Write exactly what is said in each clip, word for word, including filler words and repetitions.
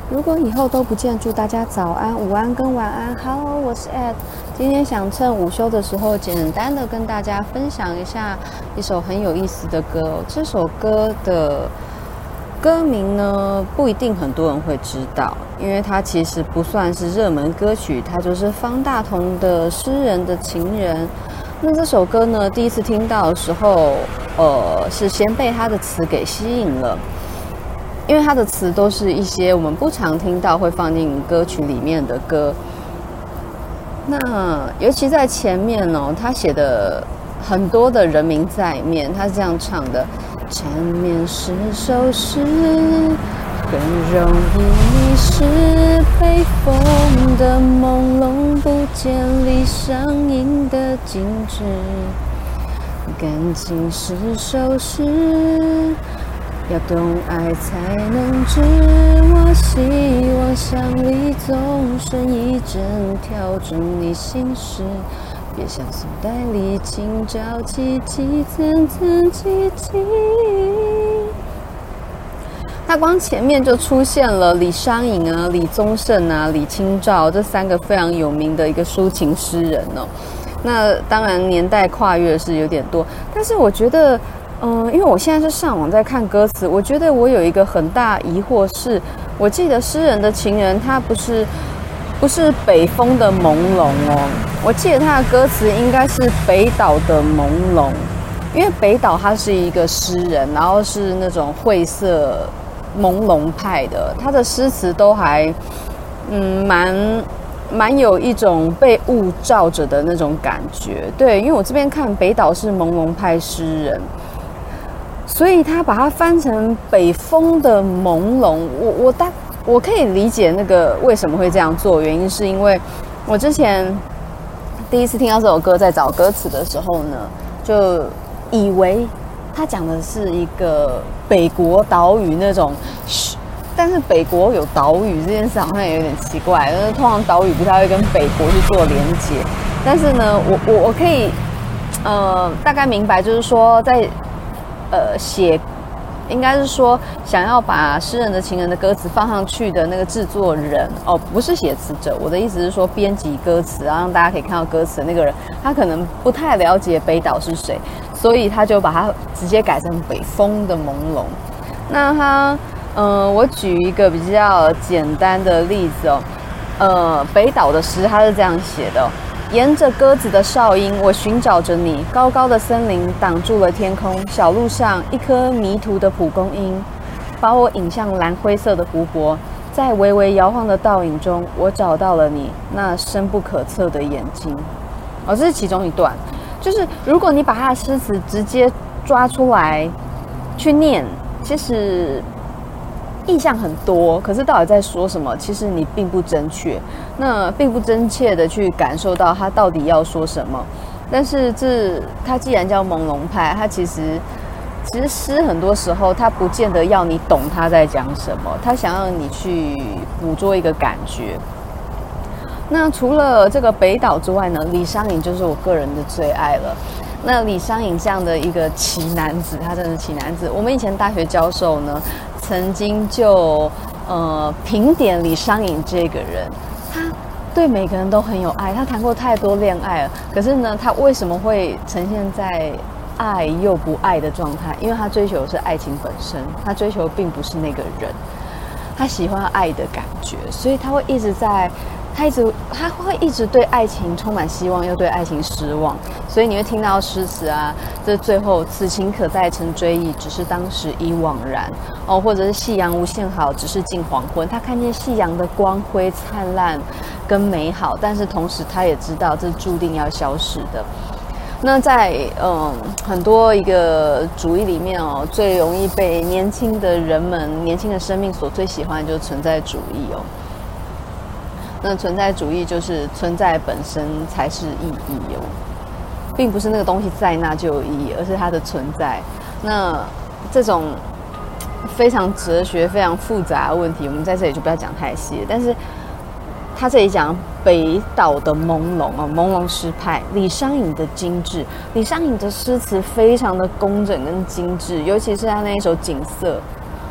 如果以后都不见，祝大家早安、午安跟晚安。Hello， 我是 Ed， 今天想趁午休的时候，简单的跟大家分享一下一首很有意思的歌哦。这首歌的歌名呢，不一定很多人会知道，因为它其实不算是热门歌曲，它就是方大同的《诗人的情人》。那这首歌呢，第一次听到的时候，呃，是先被它的词给吸引了。因为它的词都是一些我们不常听到会放进歌曲里面的歌，那尤其在前面哦，他写的很多的人名在面，他是这样唱的：缠绵是首诗，更容易迷失，被风的朦胧，不见理想影的静止。感情是首诗，要懂爱才能知，我希望想里总顺一针跳进你心事，别像宋代李清照凄凄层层戚戚。他光前面就出现了李商隐啊、李宗盛啊、李清照这三个非常有名的一个抒情诗人哦。那当然年代跨越是有点多，但是我觉得嗯，因为我现在是上网在看歌词，我觉得我有一个很大疑惑是，我记得诗人的情人他不是不是北风的朦胧哦，我记得他的歌词应该是北岛的朦胧，因为北岛他是一个诗人，然后是那种晦涩朦胧派的，他的诗词都还嗯蛮蛮有一种被雾罩着的那种感觉。对，因为我这边看北岛是朦胧派诗人。所以他把它翻成北风的朦胧，我我大我可以理解那个为什么会这样做，原因是因为我之前第一次听到这首歌，在找歌词的时候呢，就以为他讲的是一个北国岛屿那种，但是北国有岛屿这件事好像也有点奇怪，因为通常岛屿不太会跟北国去做连接。但是呢，我我我可以呃大概明白，就是说在呃，写应该是说想要把诗人的情人的歌词放上去的那个制作人哦，不是写词者。我的意思是说，编辑歌词，然后让大家可以看到歌词的那个人，他可能不太了解北岛是谁，所以他就把它直接改成北风的朦胧。那他，呃，我举一个比较简单的例子哦，呃，北岛的诗他是这样写的哦。沿着鸽子的哨音，我寻找着你。高高的森林挡住了天空，小路上一颗迷途的蒲公英，把我引向蓝灰色的湖泊。在微微摇晃的倒影中，我找到了你那深不可测的眼睛。哦，这是其中一段。就是如果你把他的诗词直接抓出来去念，其实意象很多，可是到底在说什么？其实你并不正确，那并不真切的去感受到他到底要说什么。但是这他既然叫朦胧派，他其实其实诗很多时候他不见得要你懂他在讲什么，他想要你去捕捉一个感觉。那除了这个北岛之外呢，李商隐就是我个人的最爱了。那李商隐这样的一个奇男子，他真的是奇男子。我们以前大学教授呢，曾经就呃评点李商隐这个人，他对每个人都很有爱，他谈过太多恋爱了。可是呢，他为什么会呈现在爱又不爱的状态？因为他追求的是爱情本身，他追求并不是那个人，他喜欢爱的感觉，所以他会一直在。他一直他会一直对爱情充满希望，又对爱情失望，所以你会听到诗词啊，这最后此情可待成追忆，只是当时已惘然哦，或者是夕阳无限好，只是近黄昏。他看见夕阳的光辉灿烂跟美好，但是同时他也知道这注定要消失的。那在嗯很多一个主义里面哦，最容易被年轻的人们、年轻的生命所最喜欢的就是存在主义哦。那存在主义就是存在本身才是意义哦，并不是那个东西在那就有意义，而是它的存在。那这种非常哲学、非常复杂的问题，我们在这里就不要讲太细了。但是他这里讲北岛的朦胧啊，朦胧诗派，李商隐的精致。李商隐的诗词非常的工整跟精致，尤其是他那一首《锦瑟》，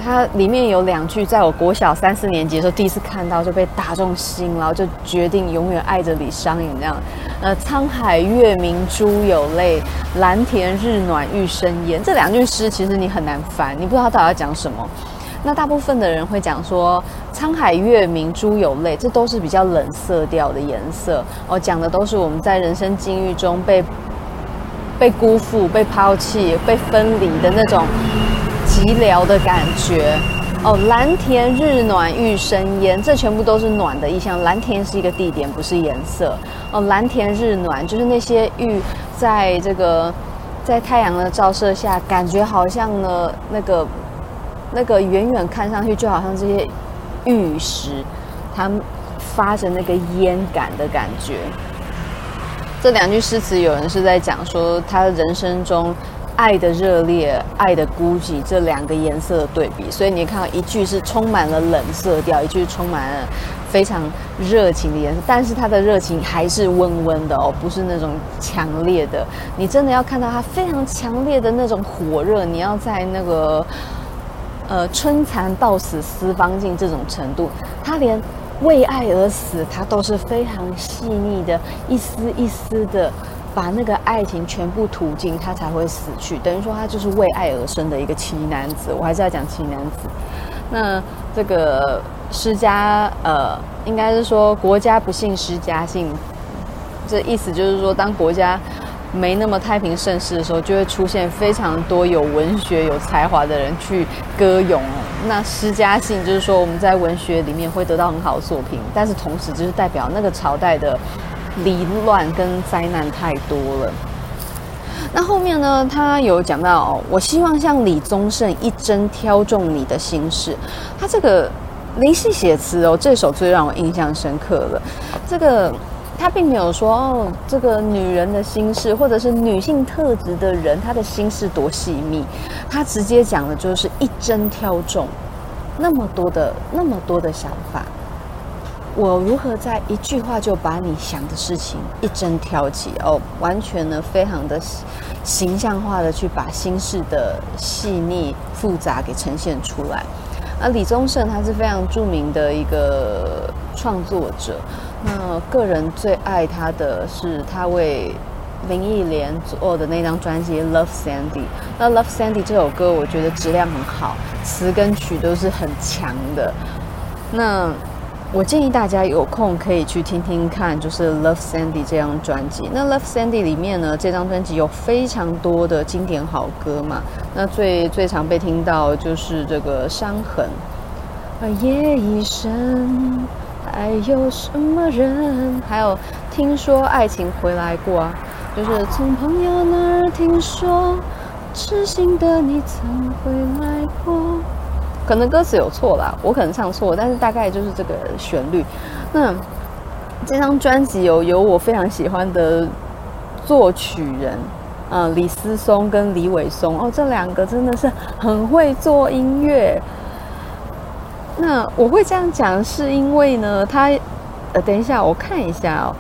它里面有两句，在我国小三四年级的时候第一次看到就被打中心，然后就决定永远爱着李商隐这样。呃，沧海月明珠有泪，蓝田日暖玉生烟。这两句诗其实你很难翻，你不知道它到底要讲什么。那大部分的人会讲说沧海月明珠有泪，这都是比较冷色调的颜色哦，讲的都是我们在人生境遇中被被辜负、被抛弃、被分离的那种寂寥的感觉哦。蓝田日暖玉生烟，这全部都是暖的意象。蓝田是一个地点，不是颜色哦。蓝田日暖就是那些玉在这个在太阳的照射下，感觉好像呢那个那个远远看上去就好像这些玉石，它发着那个烟感的感觉。这两句诗词，有人是在讲说他人生中爱的热烈、爱的孤寂这两个颜色的对比，所以你看到一句是充满了冷色调，一句是充满了非常热情的颜色，但是它的热情还是温温的哦，不是那种强烈的。你真的要看到它非常强烈的那种火热，你要在那个呃春蚕到死丝方尽这种程度，它连为爱而死，他都是非常细腻的，一丝一丝的把那个爱情全部吐尽，他才会死去。等于说他就是为爱而生的一个奇男子。我还是要讲奇男子。那这个诗家，呃，应该是说国家不幸诗家幸，这意思就是说，当国家没那么太平盛世的时候，就会出现非常多有文学、有才华的人去歌咏哦。那诗家幸就是说，我们在文学里面会得到很好的作品，但是同时就是代表那个朝代的离乱跟灾难太多了。那后面呢，他有讲到哦，我希望像李宗盛一针挑中你的心事。他这个临细写词哦，这首最让我印象深刻了。这个他并没有说哦，这个女人的心事，或者是女性特质的人，她的心事多细密。他直接讲的就是一针挑中那么多的那么多的想法，我如何在一句话就把你想的事情一针挑起哦，完全呢非常的形象化的去把心事的细腻复杂给呈现出来。那李宗盛他是非常著名的一个创作者，那个人最爱他的是他为林忆莲做的那张专辑《Love Sandy》。那《Love Sandy》这首歌，我觉得质量很好，词跟曲都是很强的。那我建议大家有空可以去听听看，就是《Love Sandy》这张专辑。那《Love Sandy》里面呢，这张专辑有非常多的经典好歌嘛。那最最常被听到就是这个《伤痕》，而夜已深，还有什么人？还有听说爱情回来过啊，就是从朋友那儿听说，痴心的你曾回来过。可能歌词有错啦，我可能唱错，但是大概就是这个旋律。那这张专辑有有我非常喜欢的作曲人，呃，李思松跟李伟松哦，这两个真的是很会做音乐。那我会这样讲，是因为呢，他呃，等一下我看一下哦。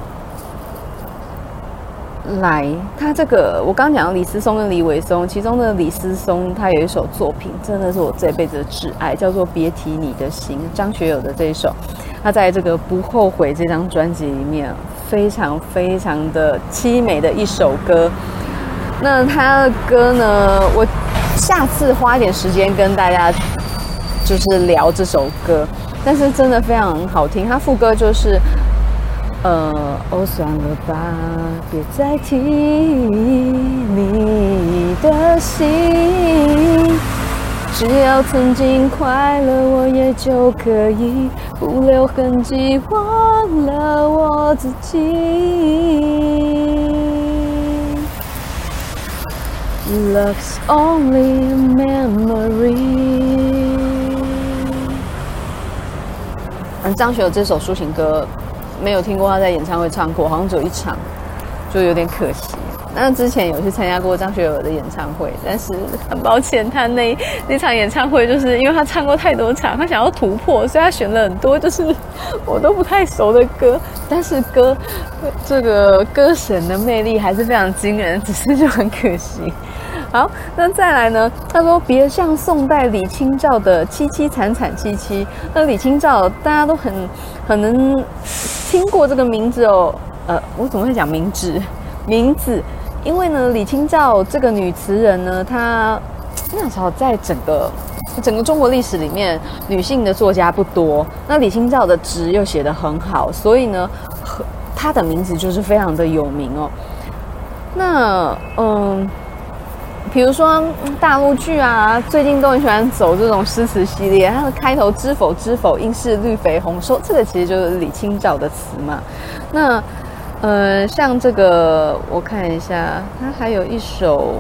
来，他这个我刚讲的李思松跟李伟松，其中的李思松他有一首作品，真的是我这辈子的挚爱，叫做《别提你的心》，张学友的这一首。他在这个《不后悔》这张专辑里面，非常非常的凄美的一首歌。那他的歌呢，我下次花一点时间跟大家就是聊这首歌，但是真的非常好听。他副歌就是。呃，哦，算了吧，别再提你的心，只要曾经快乐，我也就可以不留痕迹忘了我自己。Love's only a memory。嗯，张学友这首抒情歌。没有听过他在演唱会唱过，好像只有一场，就有点可惜。那之前有去参加过张学友的演唱会，但是很抱歉，他那那场演唱会就是因为他唱过太多场，他想要突破，所以他选了很多就是我都不太熟的歌。但是歌这个歌神的魅力还是非常惊人，只是就很可惜。 好，那再来呢？他说别像宋代李清照的凄凄惨惨戚戚。那李清照大家都很很能听过这个名字哦。呃，我怎么会讲名字？名字，因为呢，李清照这个女词人呢，她那时候在整个整个中国历史里面，女性的作家不多。那李清照的词又写得很好，所以呢，她的名字就是非常的有名哦。那嗯。比如说大陆剧啊，最近都很喜欢走这种诗词系列。它的开头“知否知否，应是绿肥红瘦”，这个其实就是李清照的词嘛。那呃，像这个我看一下，它还有一首，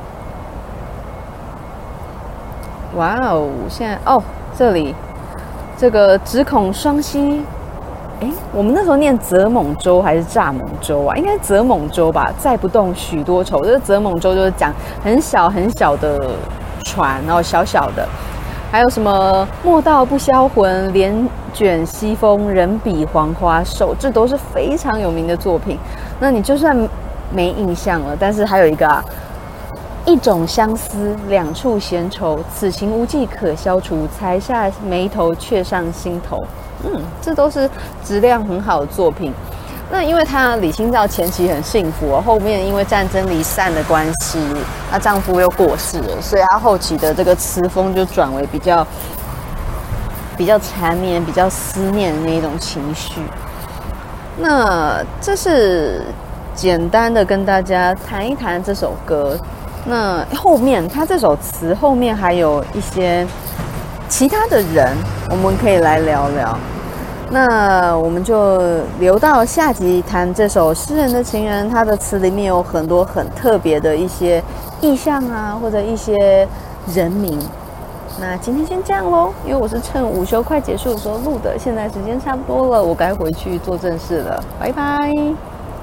哇哦，现在哦这里这个只恐双溪。哎，我们那时候念舴猛舟还是蚱蜢舟啊？应该是舴猛舟吧。载不动许多愁，这个舴猛舟就是讲很小很小的船，然后小小的。还有什么莫道不销魂，帘卷西风，人比黄花瘦，这都是非常有名的作品。那你就算没印象了，但是还有一个啊，一种相思，两处闲愁，此情无计可消除，才下眉头，却上心头。嗯，这都是质量很好的作品。那因为她李清照前期很幸福哦，后面因为战争离散的关系，她丈夫又过世了，所以她后期的这个词风就转为比较比较缠绵、比较思念的那一种情绪。那这是简单的跟大家谈一谈这首歌。那后面她这首词后面还有一些其他的人，我们可以来聊聊。那我们就留到下集谈这首诗人的情人，他的词里面有很多很特别的一些意象啊，或者一些人名。那今天先这样咯，因为我是趁午休快结束的时候录的，现在时间差不多了，我该回去做正事了，拜拜。